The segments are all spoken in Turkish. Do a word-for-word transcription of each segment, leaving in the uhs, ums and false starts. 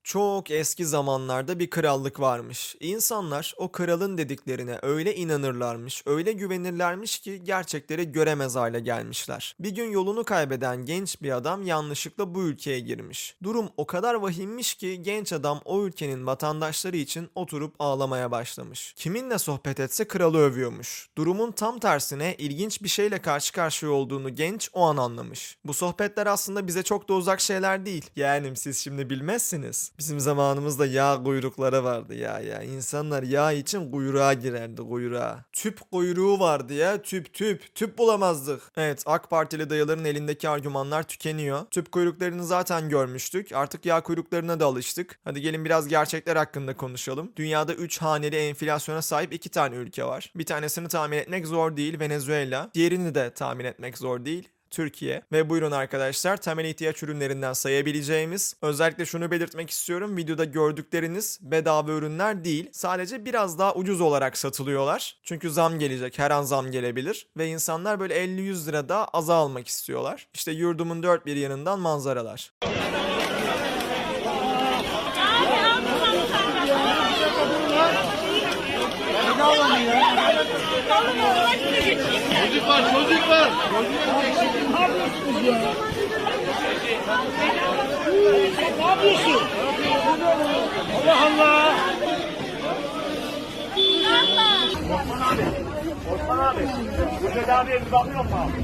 Çok eski zamanlarda bir krallık varmış. İnsanlar o kralın dediklerine öyle inanırlarmış, öyle güvenirlermiş ki gerçekleri göremez hale gelmişler. Bir gün yolunu kaybeden genç bir adam yanlışlıkla bu ülkeye girmiş. Durum o kadar vahimmiş ki genç adam o ülkenin vatandaşları için oturup ağlamaya başlamış. Kiminle sohbet etse kralı övüyormuş. Durumun tam tersine ilginç bir şeyle karşı karşıya olduğunu genç o an anlamış. Bu sohbetler aslında bize çok da uzak şeyler değil. Yani siz şimdi bilmezsiniz. Bizim zamanımızda yağ kuyrukları vardı ya ya. İnsanlar yağ için kuyruğa girerdi, kuyruğa. Tüp kuyruğu vardı ya, tüp tüp. Tüp bulamazdık. Evet, AK Partili dayıların elindeki argümanlar tükeniyor. Tüp kuyruklarını zaten görmüştük. Artık yağ kuyruklarına da alıştık. Hadi gelin biraz gerçekler hakkında konuşalım. Dünyada üç haneli enflasyona sahip iki tane ülke var. Bir tanesini tahmin etmek zor değil, Venezuela. Diğerini de tahmin etmek zor değil, Türkiye. Ve buyurun arkadaşlar, temel ihtiyaç ürünlerinden sayabileceğimiz, özellikle şunu belirtmek istiyorum, videoda gördükleriniz bedava ürünler değil, sadece biraz daha ucuz olarak satılıyorlar. Çünkü zam gelecek, her an zam gelebilir ve insanlar böyle elli yüz lira daha aza almak istiyorlar. İşte yurdumun dört bir yanından manzaralar. Çocuk var, çocuk var. Ne yapıyorsun? Allah Allah. Osman abi. Osman abi. Bu tedaviye bir bakıyor musun abi?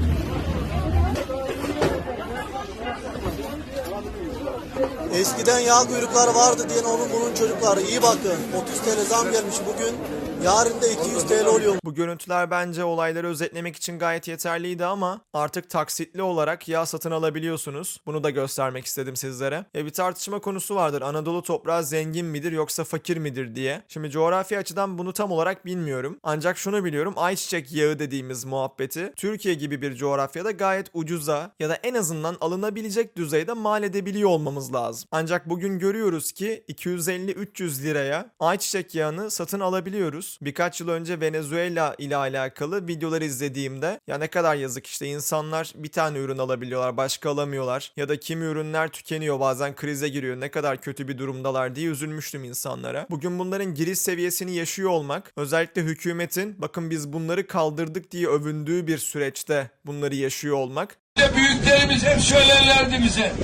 Eskiden yağ kuyrukları vardı diyen onun bunun çocukları. İyi bakın. otuz T L zam gelmiş bugün. Yarın da iki yüz T L oluyor. Bu görüntüler bence olayları özetlemek için gayet yeterliydi ama artık taksitli olarak yağ satın alabiliyorsunuz. Bunu da göstermek istedim sizlere. E bir tartışma konusu vardır. Anadolu toprağı zengin midir yoksa fakir midir diye. Şimdi coğrafi açıdan bunu tam olarak bilmiyorum. Ancak şunu biliyorum. Ayçiçek yağı dediğimiz muhabbeti Türkiye gibi bir coğrafyada gayet ucuza ya da en azından alınabilecek düzeyde mal edebiliyor olmamız lazım. Ancak bugün görüyoruz ki iki yüz elli üç yüz liraya ayçiçek yağını satın alabiliyoruz. Birkaç yıl önce Venezuela ile alakalı videoları izlediğimde ya ne kadar yazık, işte insanlar bir tane ürün alabiliyorlar, başka alamıyorlar ya da kimi ürünler tükeniyor, bazen krize giriyor, ne kadar kötü bir durumdalar diye üzülmüştüm insanlara. Bugün bunların giriş seviyesini yaşıyor olmak, özellikle hükümetin bakın biz bunları kaldırdık diye övündüğü bir süreçte bunları yaşıyor olmak. Büyüklerimiz hep söylerlerdi bize.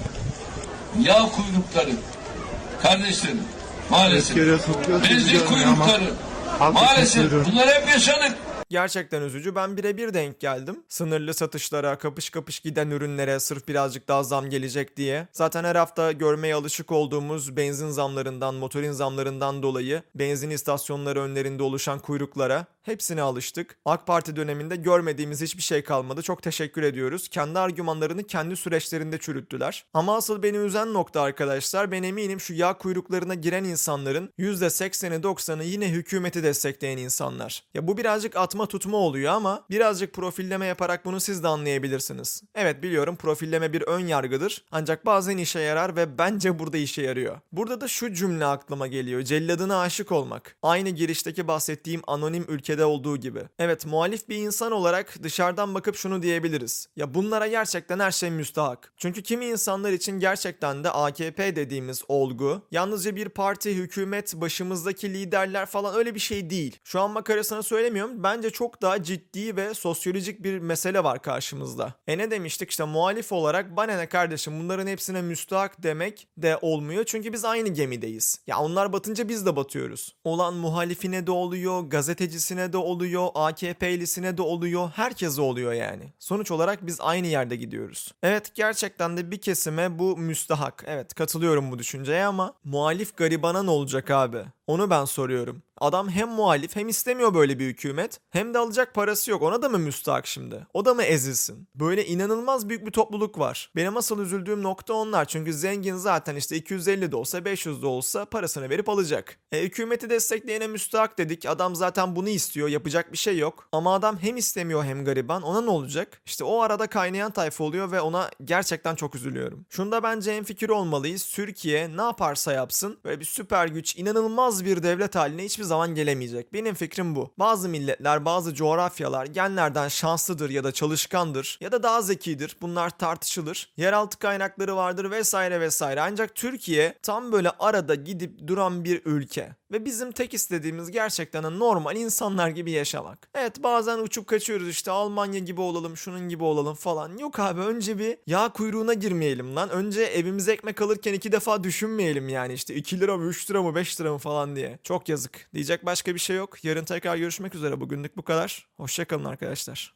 Yağ kuyrukları, kardeşlerim, maalesef. Benzin kuyrukları, maalesef bunlar hep yaşanır. Gerçekten üzücü. Ben birebir denk geldim. Sınırlı satışlara, kapış kapış giden ürünlere sırf birazcık daha zam gelecek diye. Zaten her hafta görmeye alışık olduğumuz benzin zamlarından, motorin zamlarından dolayı benzin istasyonları önlerinde oluşan kuyruklara hepsine alıştık. AK Parti döneminde görmediğimiz hiçbir şey kalmadı. Çok teşekkür ediyoruz. Kendi argümanlarını kendi süreçlerinde çürüttüler. Ama asıl beni üzen nokta arkadaşlar, ben eminim şu yağ kuyruklarına giren insanların yüzde sekseni doksanı yine hükümeti destekleyen insanlar. Ya bu birazcık atma tutma oluyor ama birazcık profilleme yaparak bunu siz de anlayabilirsiniz. Evet biliyorum, profilleme bir ön yargıdır ancak bazen işe yarar ve bence burada işe yarıyor. Burada da şu cümle aklıma geliyor: celladına aşık olmak. Aynı girişteki bahsettiğim anonim ülkede olduğu gibi. Evet, muhalif bir insan olarak dışarıdan bakıp şunu diyebiliriz: ya bunlara gerçekten her şey müstahak. Çünkü kimi insanlar için gerçekten de A K P dediğimiz olgu yalnızca bir parti, hükümet, başımızdaki liderler falan öyle bir şey değil. Şu an makarasını söylemiyorum. Bence çok daha ciddi ve sosyolojik bir mesele var karşımızda. E ne demiştik, işte muhalif olarak bana ne kardeşim bunların hepsine müstahak demek de olmuyor. Çünkü biz aynı gemideyiz. Ya onlar batınca biz de batıyoruz. Olan muhalifine de oluyor, gazetecisine de oluyor, A K P'lisine de oluyor, herkese oluyor yani. Sonuç olarak biz aynı yerde gidiyoruz. Evet, gerçekten de bir kesime bu müstahak. Evet, katılıyorum bu düşünceye ama muhalif garibana ne olacak abi? Onu ben soruyorum. Adam hem muhalif hem istemiyor böyle bir hükümet, hem de alacak parası yok. Ona da mı müstahak şimdi? O da mı ezilsin? Böyle inanılmaz büyük bir topluluk var. Benim asıl üzüldüğüm nokta onlar. Çünkü zengin zaten işte iki yüz elli de olsa beş yüz de olsa parasını verip alacak. E, hükümeti destekleyene müstahak dedik. Adam zaten bunu istiyor. Yapacak bir şey yok. Ama adam hem istemiyor hem gariban. Ona ne olacak? İşte o arada kaynayan tayfa oluyor ve ona gerçekten çok üzülüyorum. Şunda bence hemfikir olmalıyız. Türkiye ne yaparsa yapsın böyle bir süper güç, inanılmaz bağımsız bir devlet haline hiçbir zaman gelemeyecek. Benim fikrim bu. Bazı milletler, bazı coğrafyalar genlerden şanslıdır ya da çalışkandır ya da daha zekidir. Bunlar tartışılır. Yeraltı kaynakları vardır vesaire vesaire. Ancak Türkiye tam böyle arada gidip duran bir ülke. Ve bizim tek istediğimiz gerçekten de normal insanlar gibi yaşamak. Evet, bazen uçup kaçıyoruz, işte Almanya gibi olalım, şunun gibi olalım falan. Yok abi, önce bir yağ kuyruğuna girmeyelim lan. Önce evimize ekmek alırken iki defa düşünmeyelim yani, işte iki lira mı, üç lira mı, beş lira mı falan diye. Çok yazık. Diyecek başka bir şey yok. Yarın tekrar görüşmek üzere. Bugünlük bu kadar. Hoşça kalın arkadaşlar.